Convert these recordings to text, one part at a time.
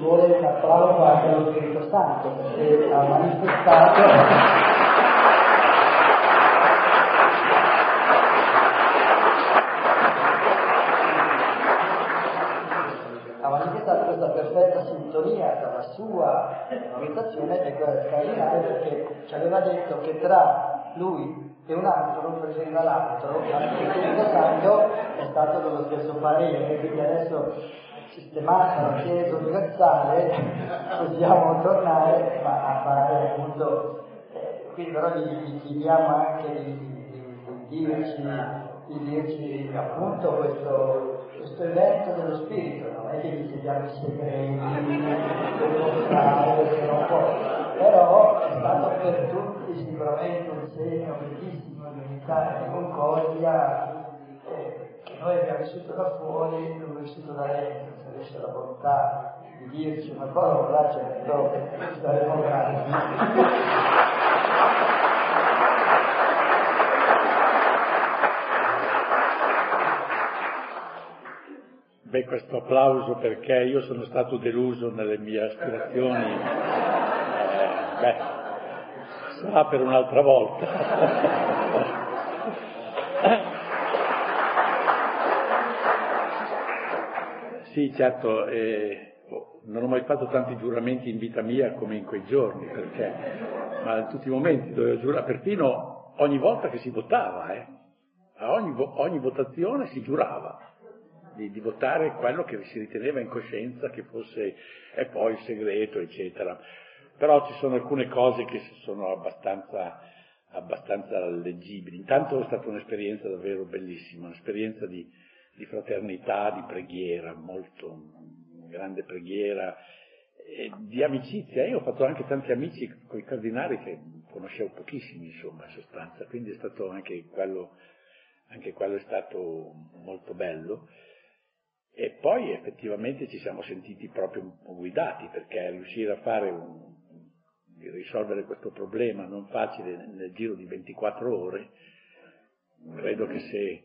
vuole un applauso anche allo Spirito Santo, perché ha manifestato questa perfetta sintonia tra la sua meditazione e quella del cardinale, perché ci aveva detto che tra lui e un altro non preferiva l'altro, anche il Spirito Santo è stato dello stesso parere, quindi adesso sistemata la Chiesa universale possiamo tornare a fare appunto, quindi però gli chiediamo anche di dirci appunto questo evento dello spirito, non è che gli chiediamo i segreti, che può fare, che non può, però è stato per tutti sicuramente un segno bellissimo di unità e di concordia, che noi abbiamo vissuto da fuori e abbiamo vissuto da dentro. Se avesse la volontà di dirci una cosa, là certo saremo grandi. Beh, questo applauso perché io sono stato deluso nelle mie aspirazioni, sarà per un'altra volta. Sì, certo, non ho mai fatto tanti giuramenti in vita mia come in quei giorni, ma in tutti i momenti dovevo giurare, perfino ogni volta che si votava, a ogni votazione si giurava di votare quello che si riteneva in coscienza che fosse, e poi il segreto, eccetera. Però ci sono alcune cose che sono abbastanza leggibili. Intanto è stata un'esperienza davvero bellissima, un'esperienza di fraternità, di preghiera, molto grande preghiera, di amicizia. Io ho fatto anche tanti amici con i cardinali che conoscevo pochissimi, insomma, in sostanza, quindi è stato anche quello è stato molto bello. E poi effettivamente ci siamo sentiti proprio guidati, perché riuscire a risolvere questo problema non facile nel giro di 24 ore, credo che se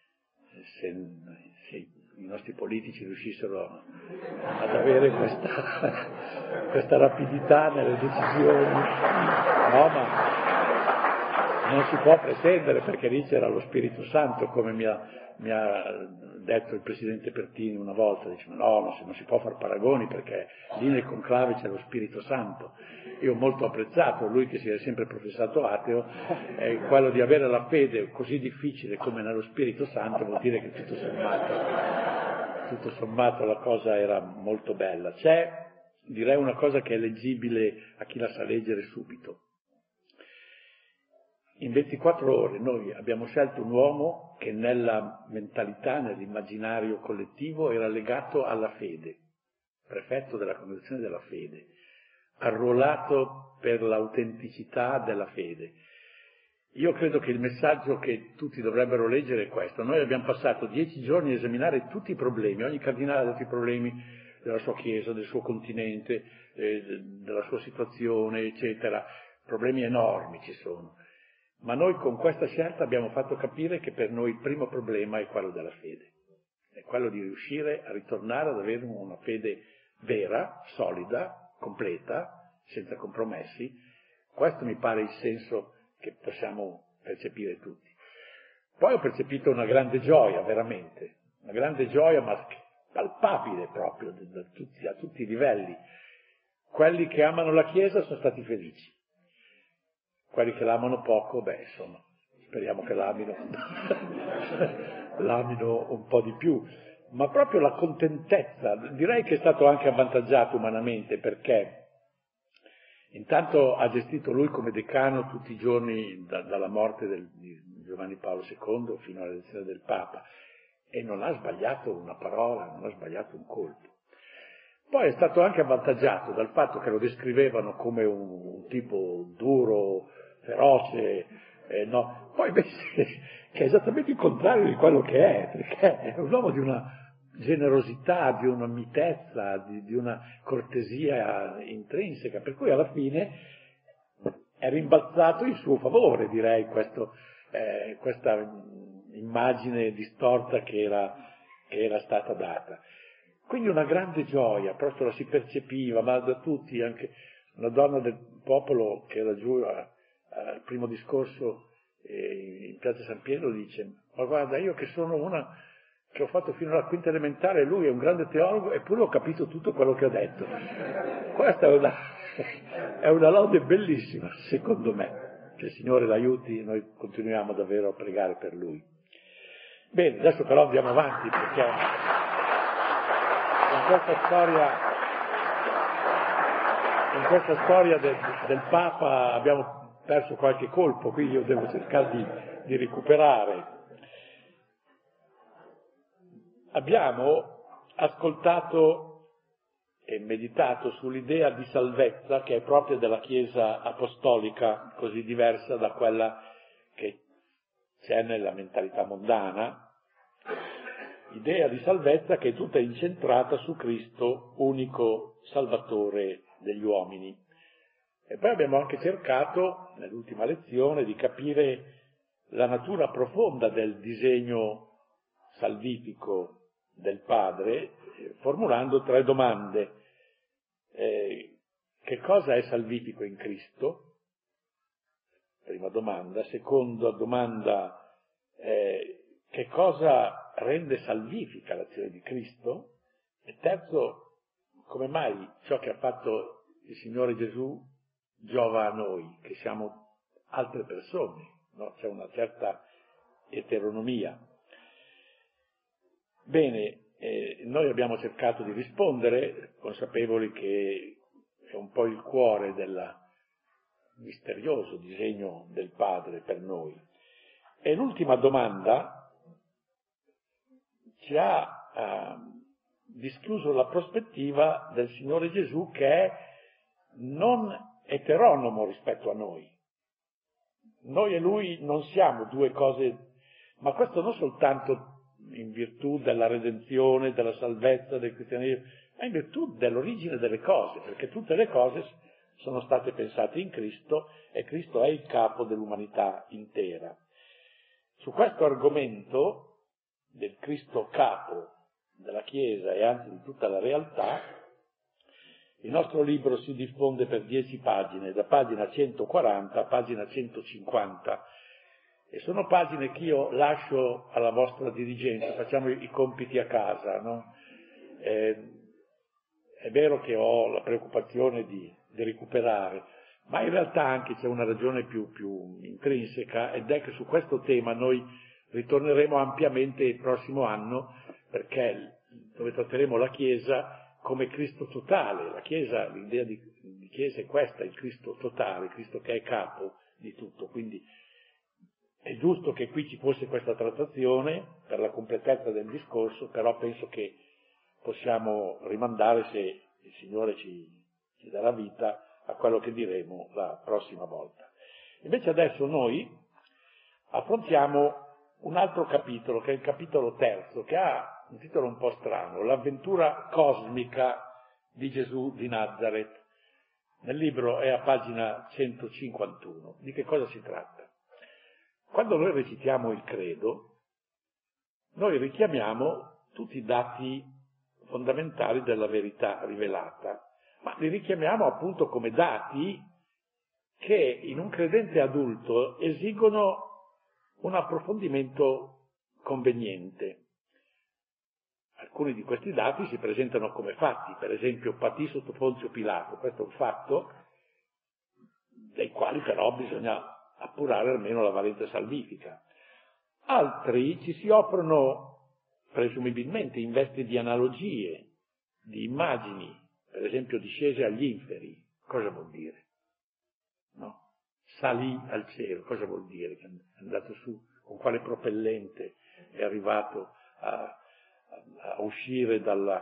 i nostri politici riuscissero ad avere questa rapidità nelle decisioni, no, ma non si può pretendere, perché lì c'era lo Spirito Santo, come mi ha detto il Presidente Pertini una volta, dice, ma no, non si può far paragoni, perché lì nel conclave c'è lo Spirito Santo. Io ho molto apprezzato, lui che si è sempre professato ateo, quello di avere la fede così difficile come nello Spirito Santo vuol dire che tutto sommato la cosa era molto bella. C'è, direi, una cosa che è leggibile a chi la sa leggere subito. In 24 ore noi abbiamo scelto un uomo che nella mentalità, nell'immaginario collettivo era legato alla fede, prefetto della Congregazione della Fede, arruolato per l'autenticità della fede. Io credo che il messaggio che tutti dovrebbero leggere è questo. Noi abbiamo passato 10 giorni a esaminare tutti i problemi, ogni cardinale ha detto i problemi della sua Chiesa, del suo continente, della sua situazione, eccetera. Problemi enormi ci sono. Ma noi con questa scelta abbiamo fatto capire che per noi il primo problema è quello della fede, è quello di riuscire a ritornare ad avere una fede vera, solida, completa, senza compromessi. Questo mi pare il senso che possiamo percepire tutti. Poi ho percepito una grande gioia, veramente, una grande gioia, ma palpabile proprio, a tutti i livelli. Quelli che amano la Chiesa sono stati felici. Quelli che l'amano poco, insomma, speriamo che l'amino un po' di più, ma proprio la contentezza, direi che è stato anche avvantaggiato umanamente, perché intanto ha gestito lui come decano tutti i giorni dalla morte di Giovanni Paolo II fino all'elezione del Papa, e non ha sbagliato una parola, non ha sbagliato un colpo. Poi è stato anche avvantaggiato dal fatto che lo descrivevano come un tipo duro, feroce, no. Poi che è esattamente il contrario di quello che è, perché è un uomo di una generosità, di una mitezza, di una cortesia intrinseca, per cui alla fine è rimbalzato in suo favore, direi, questa immagine distorta che era stata data. Quindi una grande gioia, proprio la si percepiva, ma da tutti, anche una donna del popolo che era giù al primo discorso in piazza San Pietro dice: ma guarda, io che sono una che ho fatto fino alla quinta elementare, lui è un grande teologo, eppure ho capito tutto quello che ho detto. Questa è una lode bellissima, secondo me. Che il Signore l'aiuti, noi continuiamo davvero a pregare per lui. Bene, adesso però andiamo avanti, perché in questa storia del Papa abbiamo perso qualche colpo, quindi io devo cercare di recuperare. Abbiamo ascoltato e meditato sull'idea di salvezza che è propria della Chiesa apostolica, così diversa da quella che c'è nella mentalità mondana, idea di salvezza che è tutta incentrata su Cristo, unico Salvatore degli uomini. E poi abbiamo anche cercato, nell'ultima lezione, di capire la natura profonda del disegno salvifico del Padre, formulando 3 domande. Che cosa è salvifico in Cristo? Prima domanda. Seconda domanda, che cosa rende salvifica l'azione di Cristo? E terzo, come mai ciò che ha fatto il Signore Gesù giova a noi, che siamo altre persone, no? C'è una certa eteronomia. Bene, noi abbiamo cercato di rispondere, consapevoli che è un po' il cuore del misterioso disegno del Padre per noi. E l'ultima domanda ci ha dischiuso la prospettiva del Signore Gesù, che è non eteronomo rispetto a noi. Noi e Lui non siamo 2 cose, ma questo non soltanto in virtù della redenzione, della salvezza, del cristianesimo, ma in virtù dell'origine delle cose, perché tutte le cose sono state pensate in Cristo e Cristo è il capo dell'umanità intera. Su questo argomento del Cristo capo della Chiesa e anzi di tutta la realtà, il nostro libro si diffonde per 10 pagine, da pagina 140 a pagina 150, e sono pagine che io lascio alla vostra dirigenza, facciamo i compiti a casa, no? È vero che ho la preoccupazione di recuperare, ma in realtà anche c'è una ragione più intrinseca, ed è che su questo tema noi ritorneremo ampiamente il prossimo anno, perché dove tratteremo la Chiesa come Cristo totale. La Chiesa, l'idea di Chiesa è questa, il Cristo totale, Cristo che è capo di tutto, quindi è giusto che qui ci fosse questa trattazione per la completezza del discorso, però penso che possiamo rimandare, se il Signore ci darà vita, a quello che diremo la prossima volta. Invece adesso noi affrontiamo un altro capitolo, che è il capitolo 3, che ha un titolo un po' strano, l'avventura cosmica di Gesù di Nazareth. Nel libro è a pagina 151. Di che cosa si tratta? Quando noi recitiamo il credo, noi richiamiamo tutti i dati fondamentali della verità rivelata, ma li richiamiamo appunto come dati che in un credente adulto esigono un approfondimento conveniente. Alcuni di questi dati si presentano come fatti, per esempio patì sotto Ponzio Pilato, questo è un fatto dei quali però bisogna appurare almeno la valenza salvifica. Altri ci si offrono presumibilmente in veste di analogie, di immagini, per esempio discese agli inferi. Cosa vuol dire? No? Salì al cielo, cosa vuol dire? Che è andato su, con quale propellente è arrivato a uscire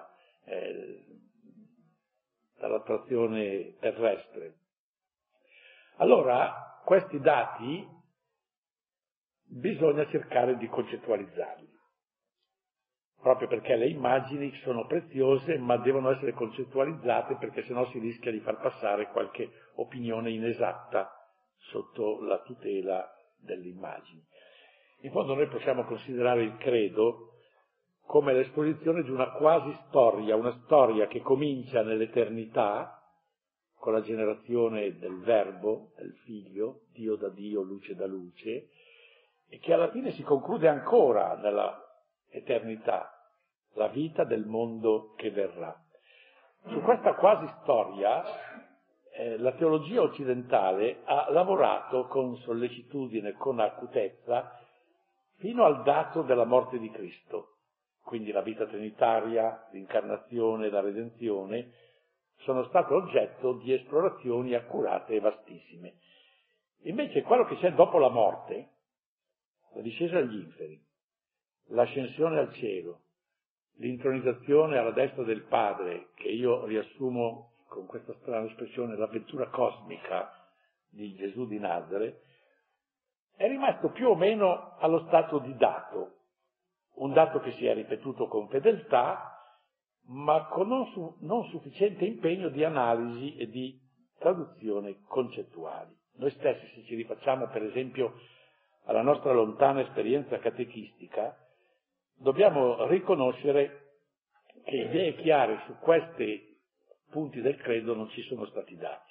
dall'attrazione terrestre. Allora, questi dati bisogna cercare di concettualizzarli, proprio perché le immagini sono preziose, ma devono essere concettualizzate, perché sennò si rischia di far passare qualche opinione inesatta sotto la tutela delle immagini. In fondo noi possiamo considerare il credo come l'esposizione di una quasi storia, una storia che comincia nell'eternità, con la generazione del Verbo, del Figlio, Dio da Dio, luce da luce, e che alla fine si conclude ancora nella eternità, la vita del mondo che verrà. Su questa quasi storia la teologia occidentale ha lavorato con sollecitudine, con acutezza, fino al dato della morte di Cristo. Quindi la vita trinitaria, l'incarnazione, la redenzione, sono state oggetto di esplorazioni accurate e vastissime. Invece quello che c'è dopo la morte, la discesa agli inferi, l'ascensione al cielo, l'intronizzazione alla destra del Padre, che io riassumo con questa strana espressione l'avventura cosmica di Gesù di Nazareth, è rimasto più o meno allo stato di dato, un dato che si è ripetuto con fedeltà, ma con non sufficiente impegno di analisi e di traduzione concettuali. Noi stessi, se ci rifacciamo per esempio alla nostra lontana esperienza catechistica, dobbiamo riconoscere che idee chiare su questi punti del credo non ci sono stati dati.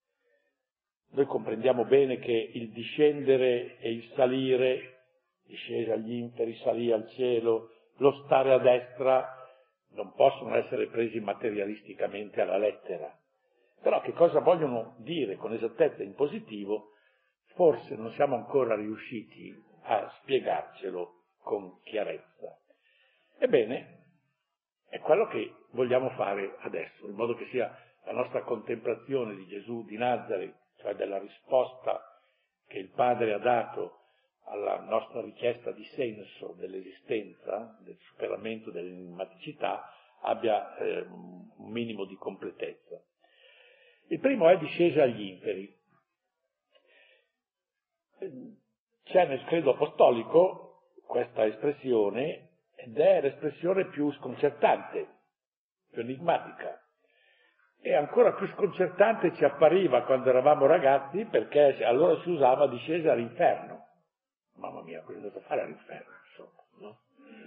Noi comprendiamo bene che il discendere e il salire, discesa agli inferi, salì al cielo, lo stare a destra, non possono essere presi materialisticamente alla lettera. Però che cosa vogliono dire con esattezza in positivo, forse non siamo ancora riusciti a spiegarcelo con chiarezza. Ebbene, è quello che vogliamo fare adesso, in modo che sia la nostra contemplazione di Gesù di Nazareth, cioè della risposta che il Padre ha dato alla nostra richiesta di senso dell'esistenza, del superamento dell'enigmaticità, abbia un minimo di completezza. Il primo è discesa agli inferi. C'è nel credo apostolico questa espressione ed è l'espressione più sconcertante, più enigmatica. E ancora più sconcertante ci appariva quando eravamo ragazzi, perché allora si usava discesa all'inferno. Mamma mia, cosa è andato a fare all'inferno, insomma, no?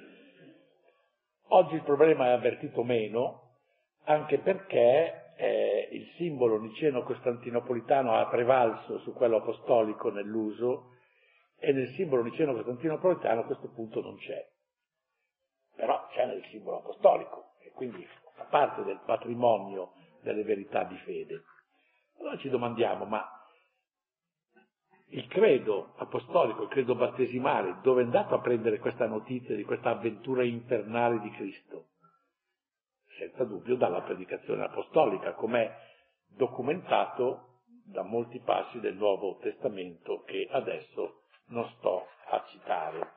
Oggi il problema è avvertito meno, anche perché il simbolo niceno-costantinopolitano ha prevalso su quello apostolico nell'uso, e nel simbolo niceno-costantinopolitano a questo punto non c'è. Però c'è nel simbolo apostolico, e quindi fa parte del patrimonio delle verità di fede. Allora ci domandiamo, ma il credo apostolico, il credo battesimale, dove è andato a prendere questa notizia di questa avventura infernale di Cristo? Senza dubbio dalla predicazione apostolica, com'è documentato da molti passi del Nuovo Testamento che adesso non sto a citare.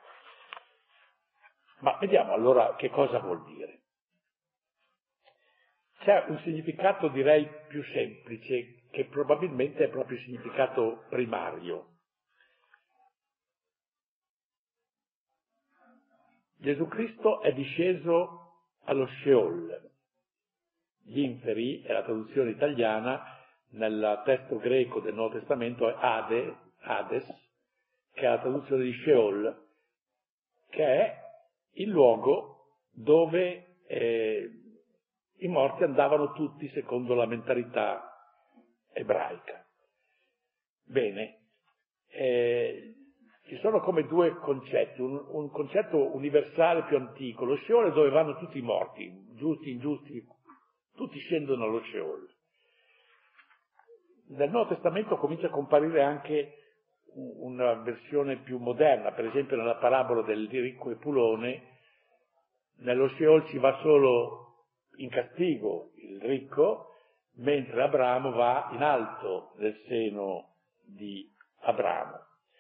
Ma vediamo allora che cosa vuol dire. C'è un significato, direi, più semplice, che probabilmente è proprio il significato primario. Gesù Cristo è disceso allo Sheol. Gli inferi, è la traduzione italiana, nel testo greco del Nuovo Testamento è Hades, che è la traduzione di Sheol, che è il luogo dove i morti andavano tutti secondo la mentalità ebraica. Bene, ci sono come due concetti, un concetto universale più antico, lo Sheol è dove vanno tutti i morti, giusti, ingiusti, tutti scendono allo Sheol. Nel Nuovo Testamento comincia a comparire anche una versione più moderna, per esempio nella parabola del ricco Epulone, nello Sheol ci va solo in castigo il ricco, mentre Abramo va in alto nel seno di Abramo.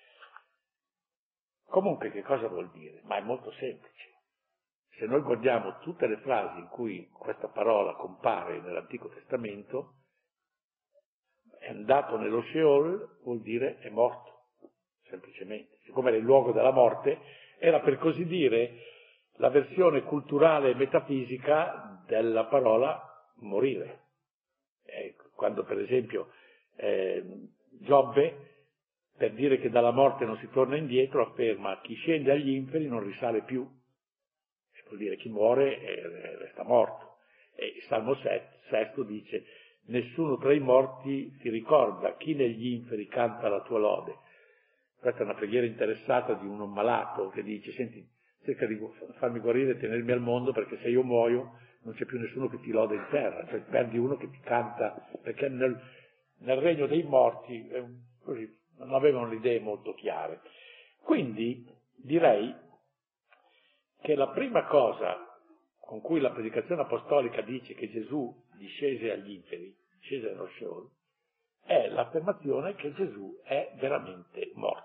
Comunque che cosa vuol dire? Ma è molto semplice. Se noi guardiamo tutte le frasi in cui questa parola compare nell'Antico Testamento, è andato nello Sheol vuol dire è morto, semplicemente. Siccome era il luogo della morte, era per così dire la versione culturale e metafisica della parola morire. Quando per esempio Giobbe, per dire che dalla morte non si torna indietro, afferma chi scende agli inferi non risale più. vuol dire chi muore resta morto. E il Salmo sesto dice: nessuno tra i morti ti ricorda, chi negli inferi canta la tua lode. Questa è una preghiera interessata di uno malato che dice: senti, cerca di farmi guarire e tenermi al mondo, perché se io muoio non c'è più nessuno che ti lode in terra, cioè perdi uno che ti canta, perché nel regno dei morti così, non avevano le idee molto chiare. Quindi direi che la prima cosa con cui la predicazione apostolica dice che Gesù discese agli inferi, discese nello Sheol, è l'affermazione che Gesù è veramente morto.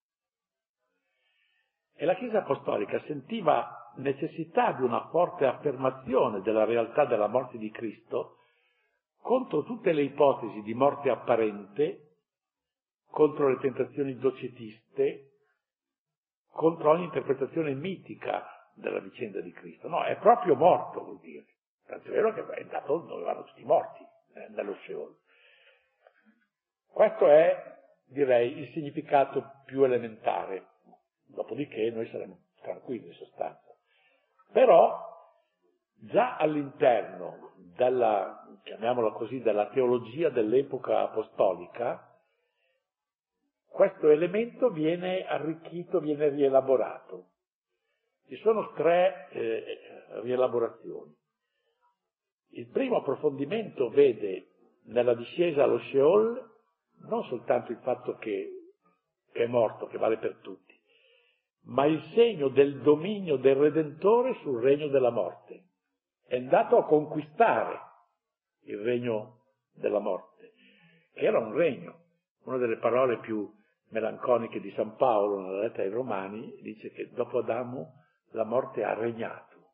E la Chiesa apostolica sentiva necessità di una forte affermazione della realtà della morte di Cristo contro tutte le ipotesi di morte apparente, contro le tentazioni docetiste, contro ogni interpretazione mitica della vicenda di Cristo. No, è proprio morto, vuol dire. Tanto è vero che è andato dove vanno tutti morti, nello Sheol. Questo è, direi, il significato più elementare. Dopodiché noi saremo tranquilli in sostanza. Però, già all'interno della, chiamiamola così, della teologia dell'epoca apostolica, questo elemento viene arricchito, viene rielaborato. Ci sono tre rielaborazioni. Il primo approfondimento vede nella discesa allo Sheol non soltanto il fatto che è morto, che vale per tutti, ma il segno del dominio del Redentore sul regno della morte. È andato a conquistare il regno della morte, che era un regno. Una delle parole più melanconiche di San Paolo nella lettera ai Romani dice che dopo Adamo la morte ha regnato,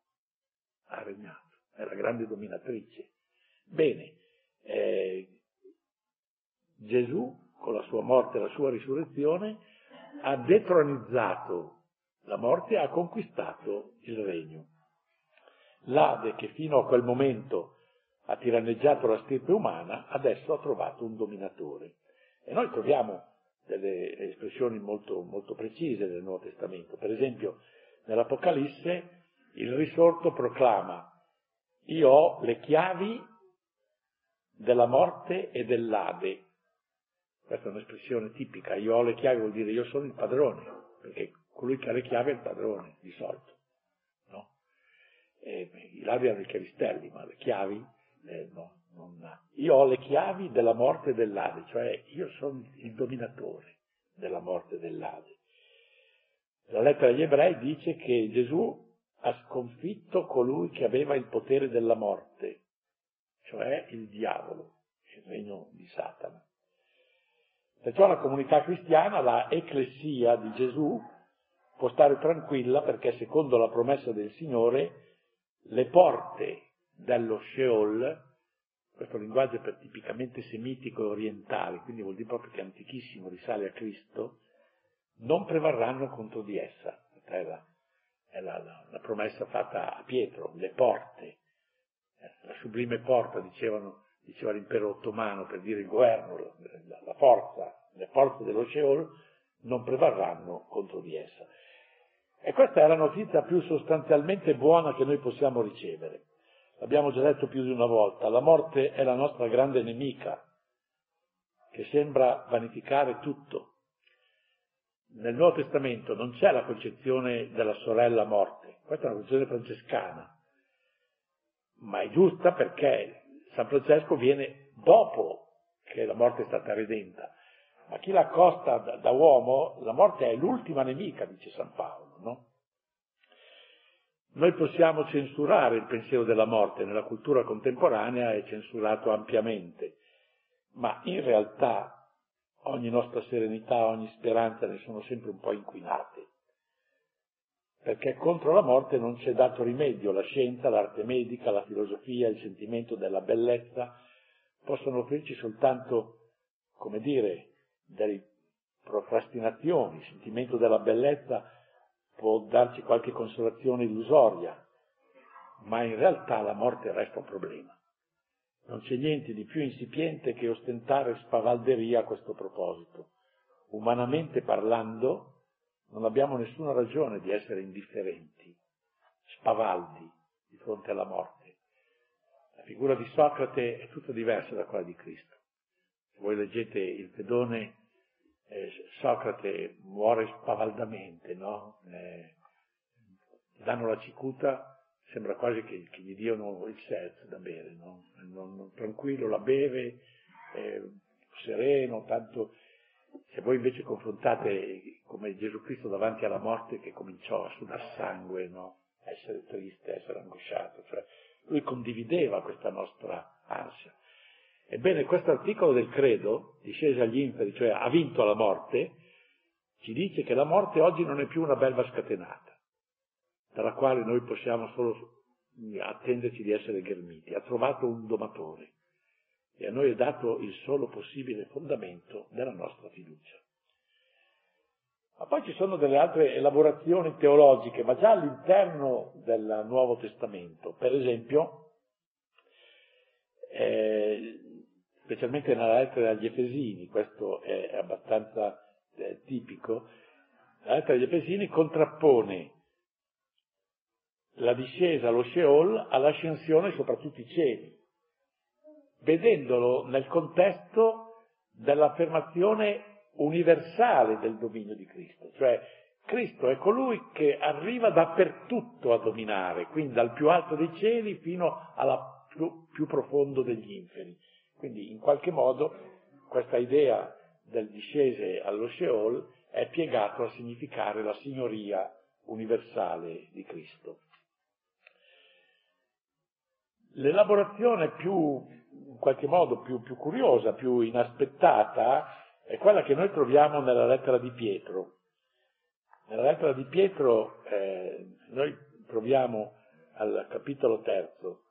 è la grande dominatrice. Bene, Gesù con la sua morte e la sua risurrezione ha detronizzato la morte, ha conquistato il regno. L'Ade, che fino a quel momento ha tiranneggiato la stirpe umana, adesso ha trovato un dominatore. E noi troviamo delle espressioni molto, molto precise nel Nuovo Testamento. Per esempio, nell'Apocalisse il risorto proclama: io ho le chiavi della morte e dell'Ade. Questa è un'espressione tipica. Io ho le chiavi vuol dire io sono il padrone, perché colui che ha le chiavi è il padrone, di solito. No? I ladri hanno i chiavistelli, ma le chiavi no. Io ho le chiavi della morte e dell'Ade, cioè io sono il dominatore della morte e dell'Ade. La lettera agli Ebrei dice che Gesù ha sconfitto colui che aveva il potere della morte, cioè il diavolo, il regno di Satana. Perciò la comunità cristiana, la ecclesia di Gesù, può stare tranquilla perché secondo la promessa del Signore le porte dello Sheol, questo linguaggio è tipicamente semitico e orientale, quindi vuol dire proprio che è antichissimo, risale a Cristo, non prevarranno contro di essa. È la promessa fatta a Pietro, le porte, la sublime porta, diceva l'impero ottomano per dire il governo, la forza, le forze dello Sheol non prevarranno contro di essa. E questa è la notizia più sostanzialmente buona che noi possiamo ricevere. L'abbiamo già detto più di una volta, la morte è la nostra grande nemica, che sembra vanificare tutto. Nel Nuovo Testamento non c'è la concezione della sorella morte, questa è una concezione francescana, ma è giusta perché San Francesco viene dopo che la morte è stata redenta. Ma chi la accosta da uomo, la morte è l'ultima nemica, dice San Paolo, no? Noi possiamo censurare il pensiero della morte, nella cultura contemporanea è censurato ampiamente, ma in realtà ogni nostra serenità, ogni speranza ne sono sempre un po' inquinate, perché contro la morte non c'è dato rimedio. La scienza, l'arte medica, la filosofia, il sentimento della bellezza possono offrirci soltanto, come dire, delle procrastinazioni. Il sentimento della bellezza può darci qualche consolazione illusoria, ma in realtà la morte resta un problema. Non c'è niente di più insipiente che ostentare spavalderia a questo proposito. Umanamente parlando, non abbiamo nessuna ragione di essere indifferenti. spavaldi di fronte alla morte. La figura di Socrate è tutta diversa da quella di Cristo. Se voi leggete il Fedone, Socrate muore spavaldamente, no? Danno la cicuta, sembra quasi che gli diano il seltz da bere, no? Tranquillo, la beve, sereno, tanto. Se voi invece confrontate come Gesù Cristo davanti alla morte, che cominciò a sudare sangue, no? Essere triste, essere angosciato, cioè lui condivideva questa nostra ansia. Ebbene, questo articolo del credo, discese agli inferi, cioè ha vinto la morte, ci dice che la morte oggi non è più una belva scatenata, dalla quale noi possiamo solo attenderci di essere ghermiti. Ha trovato un domatore e a noi è dato il solo possibile fondamento della nostra fiducia. Ma poi ci sono delle altre elaborazioni teologiche, ma già all'interno del Nuovo Testamento. Per esempio, specialmente nella lettera agli Efesini, questo è abbastanza tipico, la lettera agli Efesini contrappone la discesa allo Sheol all'ascensione sopra tutti i cieli, vedendolo nel contesto dell'affermazione universale del dominio di Cristo, cioè Cristo è colui che arriva dappertutto a dominare, quindi dal più alto dei cieli fino alla più profondo degli inferi. Quindi in qualche modo questa idea del discese allo Sheol è piegato a significare la signoria universale di Cristo. L'elaborazione più, in qualche modo, più curiosa, più inaspettata, è quella che noi troviamo nella lettera di Pietro. Nella lettera di Pietro noi troviamo al capitolo 3: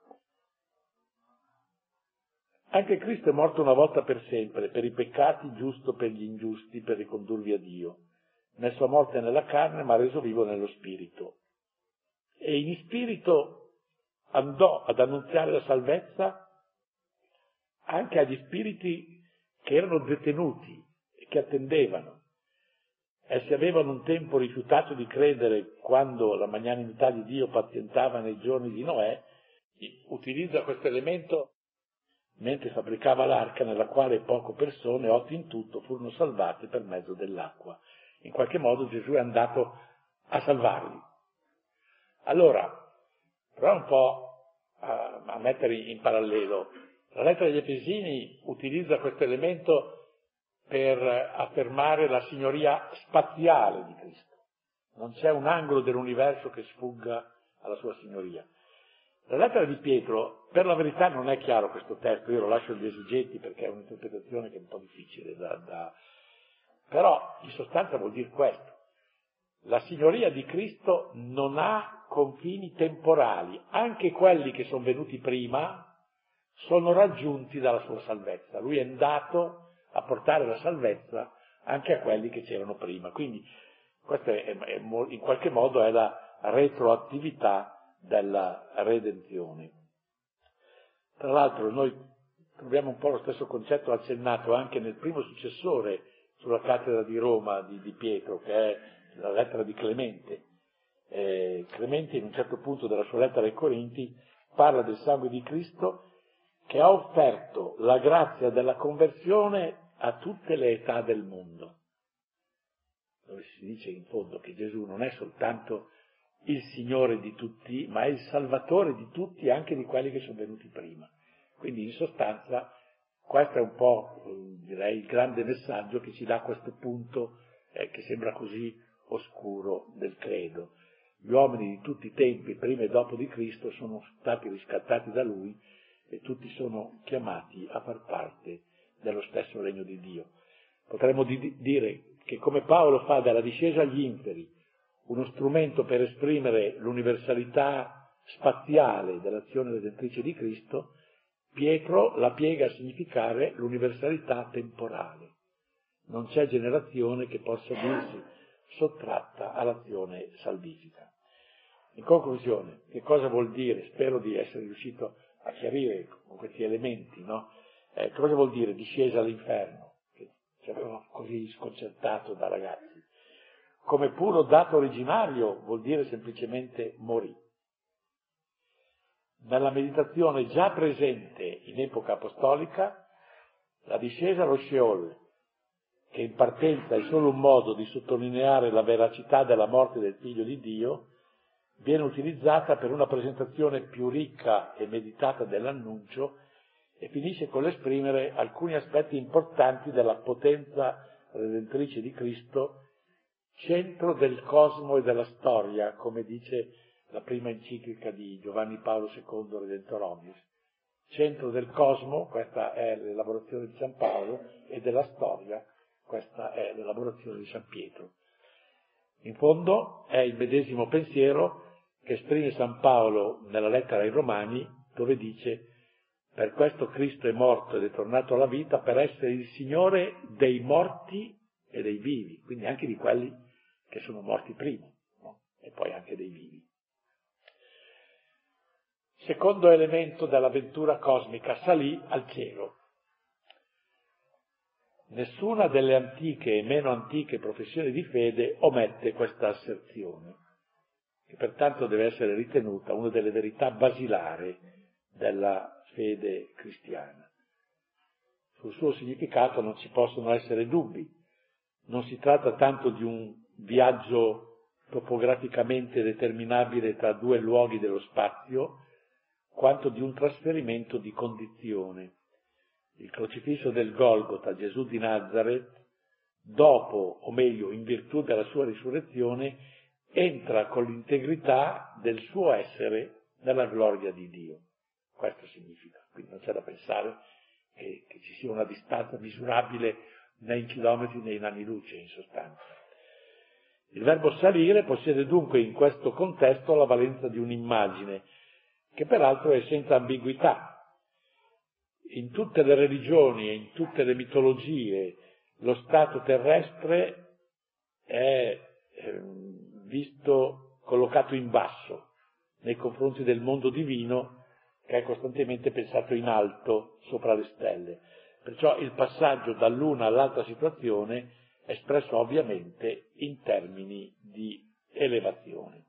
anche Cristo è morto una volta per sempre, per i peccati, giusto per gli ingiusti, per ricondurvi a Dio. Nella sua morte nella carne, ma reso vivo nello spirito. E in spirito andò ad annunziare la salvezza anche agli spiriti che erano detenuti e che attendevano. Essi avevano un tempo rifiutato di credere quando la magnanimità di Dio pazientava nei giorni di Noè. Utilizza questo elemento mentre fabbricava l'arca, nella quale poche persone, 8 in tutto, furono salvate per mezzo dell'acqua. In qualche modo Gesù è andato a salvarli. Allora, prova un po' a mettere in parallelo. La lettera agli Efesini utilizza questo elemento per affermare la signoria spaziale di Cristo. Non c'è un angolo dell'universo che sfugga alla sua signoria. La lettera di Pietro, per la verità non è chiaro questo testo, io lo lascio agli esegeti perché è un'interpretazione che è un po' difficile però in sostanza vuol dire questo. La signoria di Cristo non ha confini temporali, anche quelli che sono venuti prima sono raggiunti dalla sua salvezza. Lui è andato a portare la salvezza anche a quelli che c'erano prima. Quindi questa in qualche modo è la retroattività della redenzione. Tra l'altro noi troviamo un po' lo stesso concetto accennato anche nel primo successore sulla cattedra di Roma di Pietro, che è la lettera di Clemente. Clemente in un certo punto della sua lettera ai Corinti parla del sangue di Cristo che ha offerto la grazia della conversione a tutte le età del mondo, dove si dice in fondo che Gesù non è soltanto il Signore di tutti, ma è il Salvatore di tutti, anche di quelli che sono venuti prima. Quindi in sostanza questo è un po', direi, il grande messaggio che ci dà questo punto che sembra così oscuro del credo. Gli uomini di tutti i tempi, prima e dopo di Cristo, sono stati riscattati da Lui e tutti sono chiamati a far parte dello stesso regno di Dio. Potremmo dire che come Paolo fa della discesa agli inferi uno strumento per esprimere l'universalità spaziale dell'azione redentrice di Cristo, Pietro la piega a significare l'universalità temporale. Non c'è generazione che possa dirsi sottratta all'azione salvifica. In conclusione, che cosa vuol dire? Spero di essere riuscito a chiarire con questi elementi, no? Cosa vuol dire discesa all'inferno? Che ci avevano così sconcertato da ragazzi. Come puro dato originario vuol dire semplicemente morì. nella meditazione già presente in epoca apostolica, la discesa allo Sheol, che in partenza è solo un modo di sottolineare la veracità della morte del Figlio di Dio, viene utilizzata per una presentazione più ricca e meditata dell'annuncio e finisce con l'esprimere alcuni aspetti importanti della potenza redentrice di Cristo, centro del cosmo e della storia, come dice la prima enciclica di Giovanni Paolo II, Redemptor Omnis. Centro del cosmo, questa è l'elaborazione di San Paolo, e della storia, questa è l'elaborazione di San Pietro. In fondo è il medesimo pensiero che esprime San Paolo nella lettera ai Romani, dove dice: per questo Cristo è morto ed è tornato alla vita per essere il Signore dei morti e dei vivi, quindi anche di quelli che sono morti prima, no? E poi anche dei vivi. Secondo elemento dell'avventura cosmica, salì al cielo. Nessuna delle antiche e meno antiche professioni di fede omette questa asserzione, che pertanto deve essere ritenuta una delle verità basilari della fede cristiana. Sul suo significato non ci possono essere dubbi. Non si tratta tanto di un viaggio topograficamente determinabile tra due luoghi dello spazio, quanto di un trasferimento di condizione. Il crocifisso del Golgota, Gesù di Nazareth, dopo, o meglio, in virtù della sua risurrezione, entra con l'integrità del suo essere nella gloria di Dio. Questo significa. Quindi non c'è da pensare che ci sia una distanza misurabile né in chilometri né in anni luce, in sostanza. Il verbo salire possiede dunque in questo contesto la valenza di un'immagine, che peraltro è senza ambiguità. In tutte le religioni e in tutte le mitologie lo stato terrestre è visto collocato in basso nei confronti del mondo divino, che è costantemente pensato in alto sopra le stelle. Perciò il passaggio dall'una all'altra situazione è espresso ovviamente in termini di elevazione.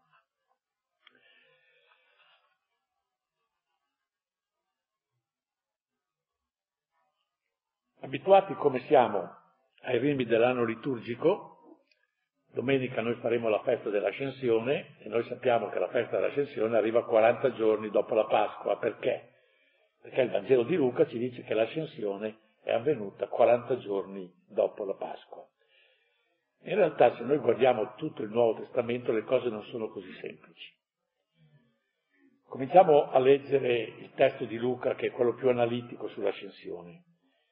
Abituati come siamo ai ritmi dell'anno liturgico, domenica noi faremo la festa dell'Ascensione e noi sappiamo che la festa dell'Ascensione arriva 40 giorni dopo la Pasqua. Perché? Perché il Vangelo di Luca ci dice che l'Ascensione è avvenuta 40 giorni dopo la Pasqua. In realtà, se noi guardiamo tutto il Nuovo Testamento, le cose non sono così semplici. Cominciamo a leggere il testo di Luca, che è quello più analitico sull'Ascensione.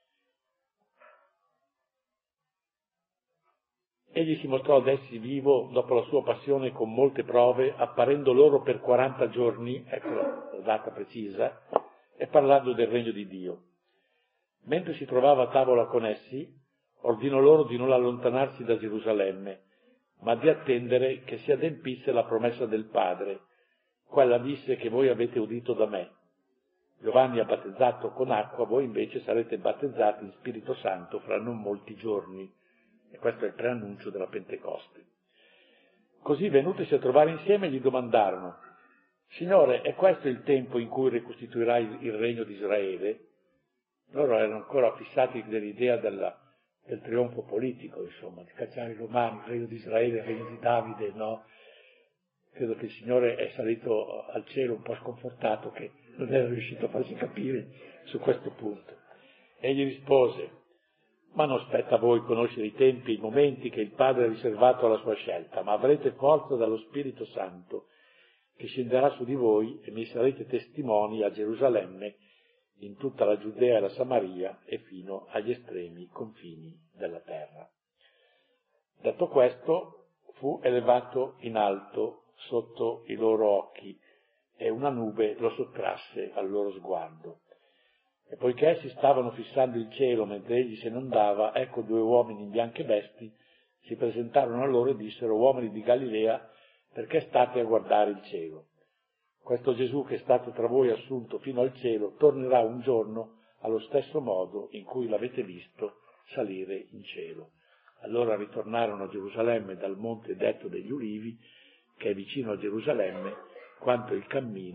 Egli si mostrò ad essi vivo dopo la sua passione con molte prove, apparendo loro per 40 giorni, ecco la data precisa, e parlando del regno di Dio. Mentre si trovava a tavola con essi, ordinò loro di non allontanarsi da Gerusalemme, ma di attendere che si adempisse la promessa del Padre. Quella disse che voi avete udito da me. Giovanni ha battezzato con acqua, voi invece sarete battezzati in Spirito Santo fra non molti giorni. E questo è il preannuncio della Pentecoste. Così, venutisi a trovare insieme, gli domandarono: Signore, è questo il tempo in cui ricostituirai il regno di Israele? Loro erano ancora fissati nell'idea del trionfo politico, insomma, di cacciare i romani, il regno di Israele, il regno di Davide, no? Credo che il Signore è salito al cielo un po' sconfortato che non era riuscito a farsi capire su questo punto. Egli rispose: ma non spetta a voi conoscere i tempi e i momenti che il Padre ha riservato alla sua scelta, ma avrete forza dallo Spirito Santo, che scenderà su di voi e mi sarete testimoni a Gerusalemme, in tutta la Giudea e la Samaria e fino agli estremi confini della terra. Detto questo, fu elevato in alto sotto i loro occhi e una nube lo sottrasse al loro sguardo. E poiché essi stavano fissando il cielo mentre egli se ne andava, ecco 2 uomini in bianche vesti si presentarono a loro e dissero: uomini di Galilea, perché state a guardare il cielo? Questo Gesù che è stato tra voi assunto fino al cielo tornerà un giorno allo stesso modo in cui l'avete visto salire in cielo. Allora ritornarono a Gerusalemme dal monte detto degli Ulivi, che è vicino a Gerusalemme, quanto il cammino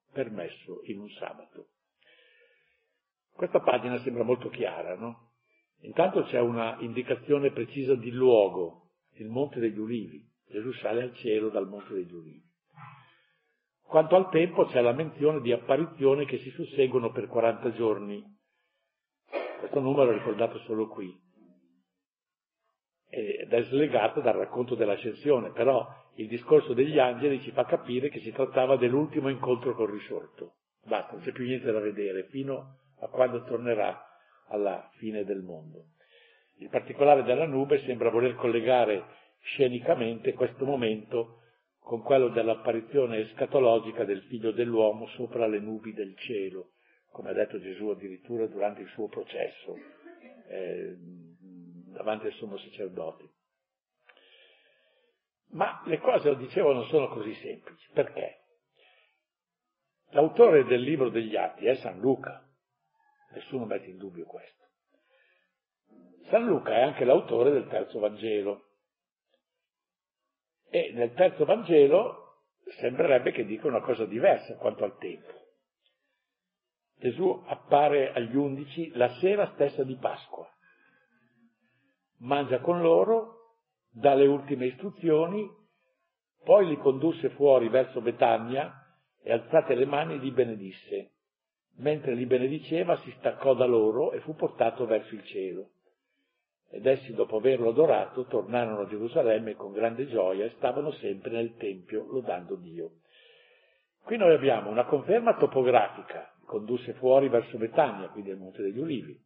permesso in un sabato. Questa pagina sembra molto chiara, no? Intanto c'è una indicazione precisa di luogo, il Monte degli Ulivi. Gesù sale al cielo dal Monte degli Ulivi. Quanto al tempo c'è la menzione di apparizioni che si susseguono per 40 giorni. Questo numero è ricordato solo qui. Ed è slegato dal racconto dell'ascensione, però il discorso degli angeli ci fa capire che si trattava dell'ultimo incontro col risorto. Basta, non c'è più niente da vedere, fino a quando tornerà alla fine del mondo. Il particolare della nube sembra voler collegare scenicamente questo momento con quello dell'apparizione escatologica del Figlio dell'uomo sopra le nubi del cielo, come ha detto Gesù addirittura durante il suo processo davanti al sommo sacerdote. Ma le cose, lo dicevo, non sono così semplici. Perché? L'autore del libro degli Atti è San Luca. Nessuno mette in dubbio questo. San Luca è anche l'autore del terzo Vangelo. E nel terzo Vangelo sembrerebbe che dica una cosa diversa quanto al tempo. Gesù appare agli 11 la sera stessa di Pasqua. Mangia con loro, dà le ultime istruzioni, poi li condusse fuori verso Betania e alzate le mani li benedisse. Mentre li benediceva si staccò da loro e fu portato verso il cielo. Ed essi, dopo averlo adorato, tornarono a Gerusalemme con grande gioia e stavano sempre nel Tempio lodando Dio. Qui noi abbiamo una conferma topografica, condusse fuori verso Betania, quindi al Monte degli Ulivi.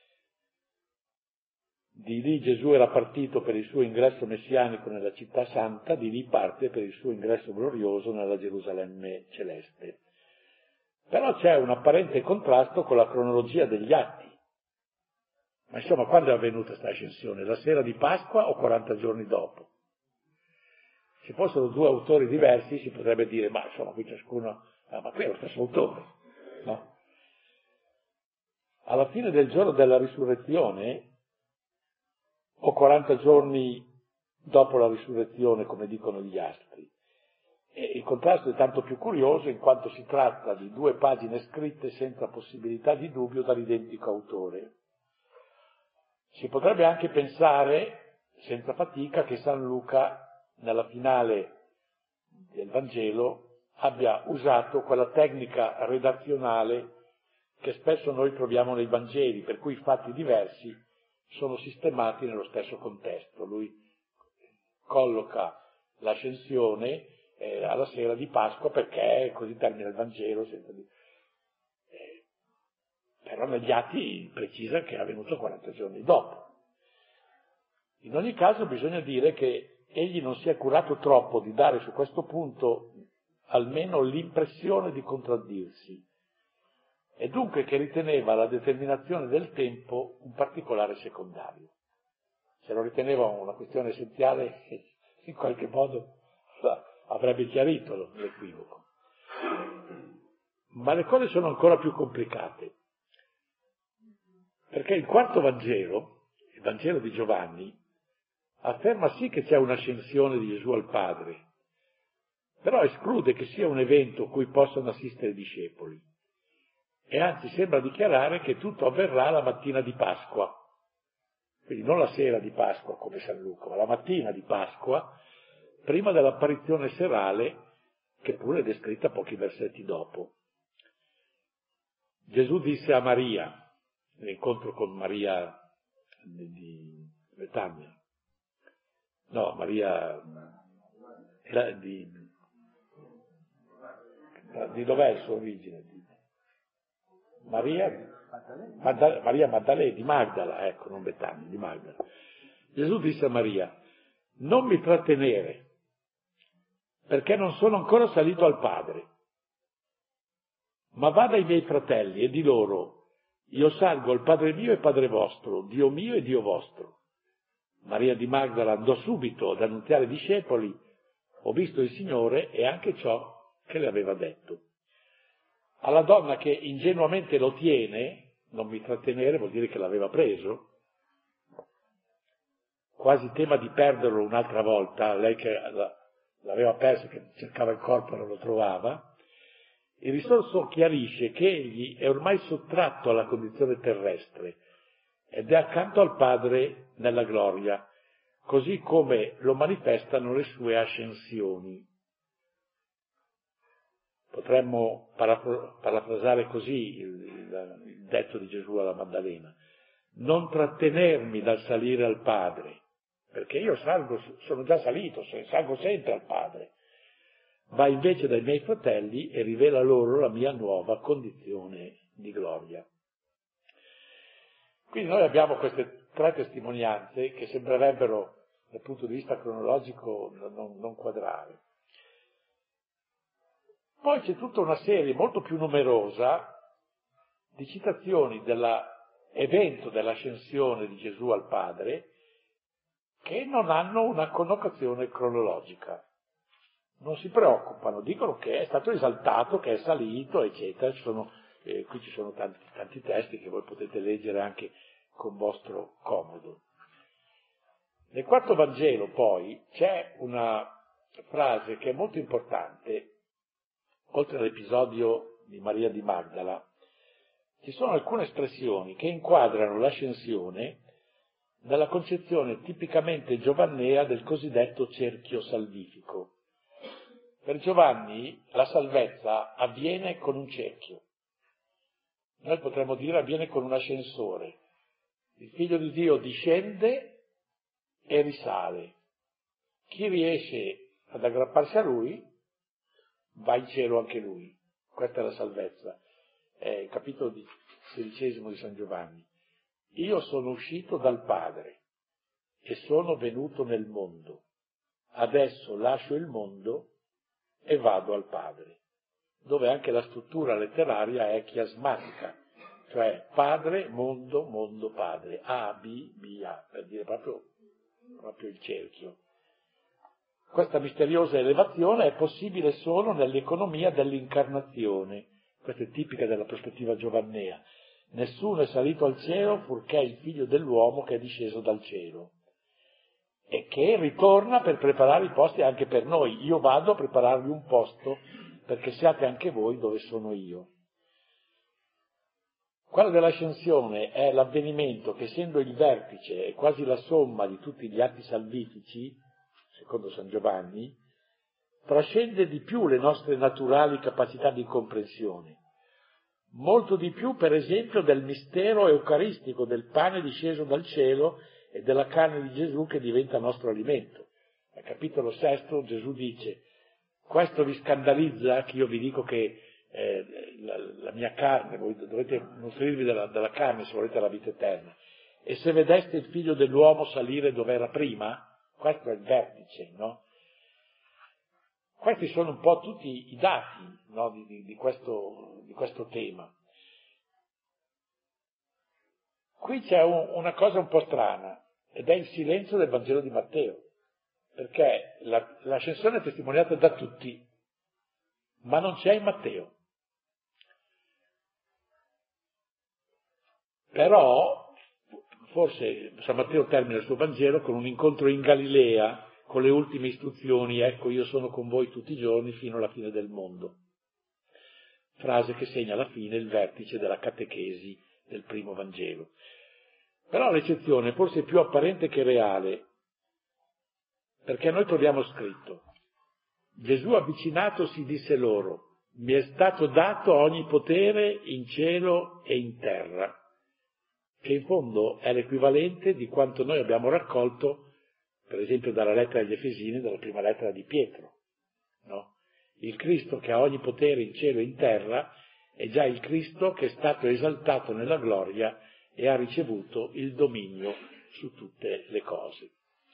Di lì Gesù era partito per il suo ingresso messianico nella città santa, di lì parte per il suo ingresso glorioso nella Gerusalemme celeste. Però c'è un apparente contrasto con la cronologia degli atti. Ma insomma, quando è avvenuta questa ascensione? La sera di Pasqua o 40 giorni dopo? Se fossero due autori diversi si potrebbe dire, ma insomma, qui ciascuno... ma qui è lo stesso autore, no? Alla fine del giorno della risurrezione, o 40 giorni dopo la risurrezione, come dicono gli astri. E il contrasto è tanto più curioso in quanto si tratta di due pagine scritte senza possibilità di dubbio dall'identico autore. Si potrebbe anche pensare, senza fatica, che San Luca, nella finale del Vangelo, abbia usato quella tecnica redazionale che spesso noi troviamo nei Vangeli, per cui fatti diversi sono sistemati nello stesso contesto. Lui colloca l'ascensione alla sera di Pasqua perché così termina il Vangelo. Però negli atti precisa che è avvenuto 40 giorni dopo. In ogni caso bisogna dire che egli non si è curato troppo di dare su questo punto almeno l'impressione di contraddirsi, e dunque che riteneva la determinazione del tempo un particolare secondario. Se lo riteneva una questione essenziale, in qualche modo avrebbe chiarito l'equivoco. Ma le cose sono ancora più complicate, perché il quarto Vangelo, il Vangelo di Giovanni, afferma sì che c'è un'ascensione di Gesù al Padre, però esclude che sia un evento a cui possano assistere i discepoli. E anzi sembra dichiarare che tutto avverrà la mattina di Pasqua, quindi non la sera di Pasqua come San Luca, ma la mattina di Pasqua, prima dell'apparizione serale, che pure è descritta pochi versetti dopo. Gesù disse a Maria, nell'incontro con Maria di Betania, no, Maria di dov'è il suo origine? Maria Maddalena, di Magdala, ecco, non Betania, di Magdala. Gesù disse a Maria, non mi trattenere, perché non sono ancora salito al Padre, ma va dai miei fratelli e di loro, io salgo al Padre mio e Padre vostro, Dio mio e Dio vostro. Maria di Magdala andò subito ad annunziare ai discepoli, ho visto il Signore e anche ciò che le aveva detto. Alla donna che ingenuamente lo tiene, non mi trattenere vuol dire che l'aveva preso, quasi tema di perderlo un'altra volta, lei che l'aveva perso, che cercava il corpo e non lo trovava, Il risorso chiarisce che egli è ormai sottratto alla condizione terrestre ed è accanto al Padre nella gloria, così come lo manifestano le sue ascensioni. Potremmo parafrasare così il detto di Gesù alla Maddalena: non trattenermi dal salire al Padre, perché io salgo, sono già salito, salgo sempre al Padre. Va invece dai miei fratelli e rivela loro la mia nuova condizione di gloria. Quindi noi abbiamo queste tre testimonianze che sembrerebbero, dal punto di vista cronologico, non quadrare. Poi c'è tutta una serie molto più numerosa di citazioni dell'evento dell'ascensione di Gesù al Padre che non hanno una connotazione cronologica. Non si preoccupano, dicono che è stato esaltato, che è salito, eccetera. Qui ci sono tanti testi che voi potete leggere anche con vostro comodo. Nel quarto Vangelo poi c'è una frase che è molto importante, oltre all'episodio di Maria di Magdala. Ci sono alcune espressioni che inquadrano l'ascensione nella concezione tipicamente giovannea del cosiddetto cerchio salvifico. Per Giovanni la salvezza avviene con un cerchio. Noi potremmo dire avviene con un ascensore. Il Figlio di Dio discende e risale. Chi riesce ad aggrapparsi a lui va in cielo anche lui. Questa è la salvezza. È il capitolo 16 di San Giovanni. Io sono uscito dal Padre e sono venuto nel mondo. Adesso lascio il mondo e vado al Padre, dove anche la struttura letteraria è chiasmatica, cioè Padre, mondo, mondo, Padre, A, B, B, A, per dire proprio il cerchio. Questa misteriosa elevazione è possibile solo nell'economia dell'incarnazione, questa è tipica della prospettiva giovannea. Nessuno è salito al cielo purché il Figlio dell'uomo che è disceso dal cielo, e che ritorna per preparare i posti anche per noi. Io vado a prepararvi un posto perché siate anche voi dove sono io. Quello dell'ascensione è l'avvenimento che, essendo il vertice e quasi la somma di tutti gli atti salvifici, secondo San Giovanni, trascende di più le nostre naturali capacità di comprensione. Molto di più, per esempio, del mistero eucaristico del pane disceso dal cielo e della carne di Gesù che diventa nostro alimento. Al capitolo 6 Gesù dice: questo vi scandalizza che io vi dico che la mia carne, voi dovete nutrirvi della carne se volete la vita eterna. E se vedeste il Figlio dell'uomo salire dove era prima, questo è il vertice, no? Questi sono un po' tutti i dati, no, di questo tema. Qui c'è una cosa un po' strana, ed è il silenzio del Vangelo di Matteo, perché l'ascensione è testimoniata da tutti, ma non c'è in Matteo. Però, forse San Matteo termina il suo Vangelo con un incontro in Galilea, con le ultime istruzioni: ecco, io sono con voi tutti i giorni fino alla fine del mondo. Frase che segna alla fine il vertice della catechesi del primo Vangelo. Però l'eccezione è forse più apparente che reale, perché noi troviamo scritto: Gesù avvicinatosi disse loro: mi è stato dato ogni potere in cielo e in terra, che in fondo è l'equivalente di quanto noi abbiamo raccolto, per esempio, dalla lettera agli Efesini, dalla prima lettera di Pietro, no? Il Cristo che ha ogni potere in cielo e in terra è già il Cristo che è stato esaltato nella gloria e ha ricevuto il dominio su tutte le cose.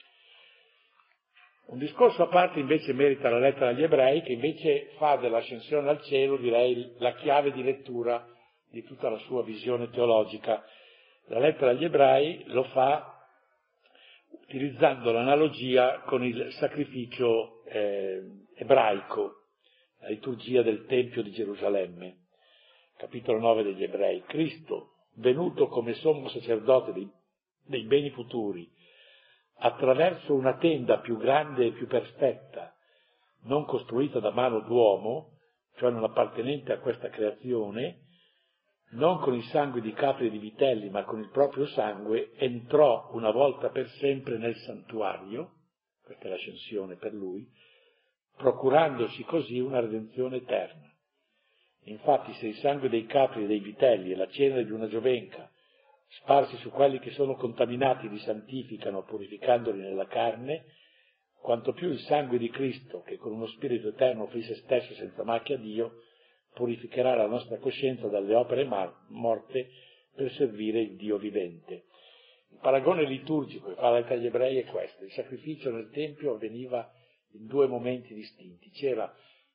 Un discorso a parte invece merita la lettera agli Ebrei, che invece fa dell'ascensione al cielo, direi, la chiave di lettura di tutta la sua visione teologica. La lettera agli Ebrei lo fa utilizzando l'analogia con il sacrificio ebraico, la liturgia del Tempio di Gerusalemme, capitolo 9 degli Ebrei. Cristo, venuto come sommo sacerdote dei beni futuri, attraverso una tenda più grande e più perfetta, non costruita da mano d'uomo, cioè non appartenente a questa creazione, non con i sangui di capri e di vitelli, ma con il proprio sangue, entrò una volta per sempre nel santuario, questa è l'ascensione per lui, procurandosi così una redenzione eterna. Infatti, se il sangue dei capri e dei vitelli e la cenere di una giovenca, sparsi su quelli che sono contaminati, li santificano, purificandoli nella carne, quanto più il sangue di Cristo, che con uno spirito eterno offrì se stesso senza macchia a Dio, purificherà la nostra coscienza dalle opere morte per servire il Dio vivente. Il paragone liturgico che fa la lettera agli ebrei è questo: il sacrificio nel Tempio avveniva in due momenti distinti. C'era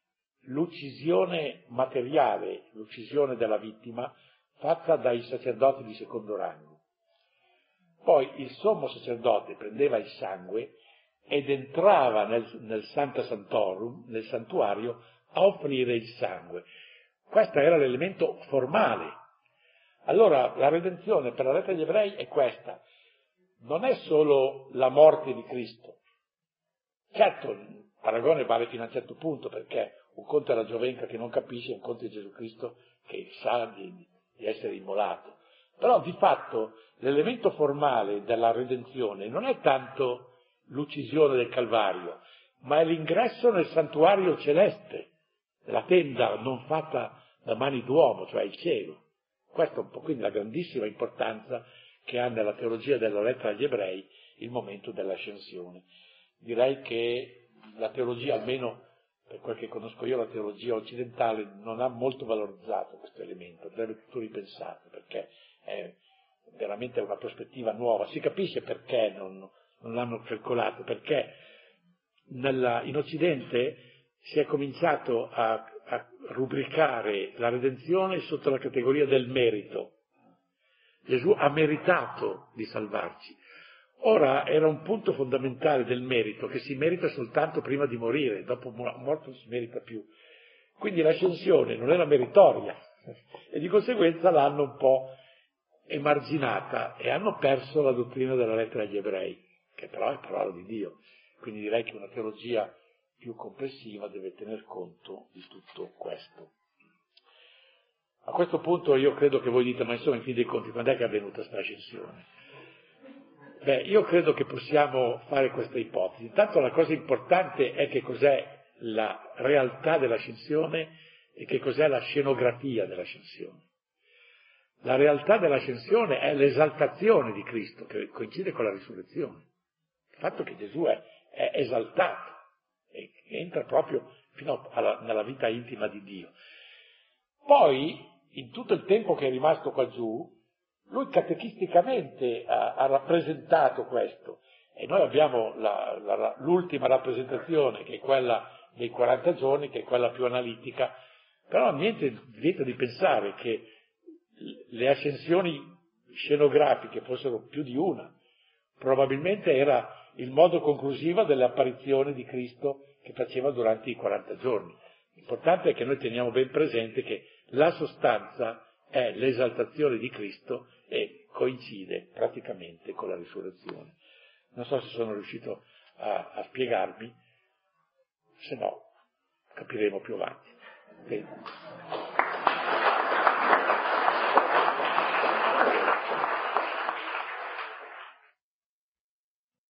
l'uccisione materiale, l'uccisione della vittima, fatta dai sacerdoti di secondo rango. Poi il sommo sacerdote prendeva il sangue ed entrava nel Sancta Sanctorum, nel santuario, a offrire il sangue. Questo era l'elemento formale. Allora la redenzione per la lettera agli ebrei è questa: non è solo la morte di Cristo. Certo, il paragone vale fino a un certo punto, perché un conto è la giovenca che non capisce, un conto è Gesù Cristo che sa di essere immolato. Però di fatto l'elemento formale della redenzione non è tanto l'uccisione del Calvario, ma è l'ingresso nel santuario celeste, la tenda non fatta da mani d'uomo, cioè il cielo. Questa è un po' quindi la grandissima importanza che ha nella teologia della lettera agli ebrei il momento dell'ascensione. Direi che la teologia, almeno per quel che conosco io, la teologia occidentale non ha molto valorizzato questo elemento, andrebbe tutto ripensato, perché è veramente una prospettiva nuova. Si capisce perché non l'hanno calcolato, perché in Occidente si è cominciato a rubricare la redenzione sotto la categoria del merito. Gesù ha meritato di salvarci. Ora era un punto fondamentale del merito, che si merita soltanto prima di morire, dopo morto non si merita più. Quindi l'ascensione non era meritoria e di conseguenza l'hanno un po' emarginata e hanno perso la dottrina della lettera agli ebrei, che però è parola di Dio. Quindi direi che una teologia più complessiva deve tener conto di tutto questo. A questo punto io credo che voi dite, ma insomma in fin dei conti quando è che è avvenuta questa ascensione? Beh, io credo che possiamo fare questa ipotesi. Intanto la cosa importante è che cos'è la realtà dell'ascensione e che cos'è la scenografia dell'ascensione. La realtà dell'ascensione è l'esaltazione di Cristo, che coincide con la risurrezione. Il fatto che Gesù è esaltato e entra proprio fino nella vita intima di Dio. Poi, in tutto il tempo che è rimasto qua giù, lui catechisticamente ha rappresentato questo. E noi abbiamo l'ultima rappresentazione, che è quella dei 40 giorni, che è quella più analitica, però niente vieta di pensare che le ascensioni scenografiche fossero più di una. Probabilmente era il modo conclusivo delle apparizioni di Cristo che faceva durante i 40 giorni. L'importante è che noi teniamo ben presente che la sostanza è l'esaltazione di Cristo e coincide praticamente con la risurrezione. Non so se sono riuscito a spiegarmi, se no capiremo più avanti. Bene.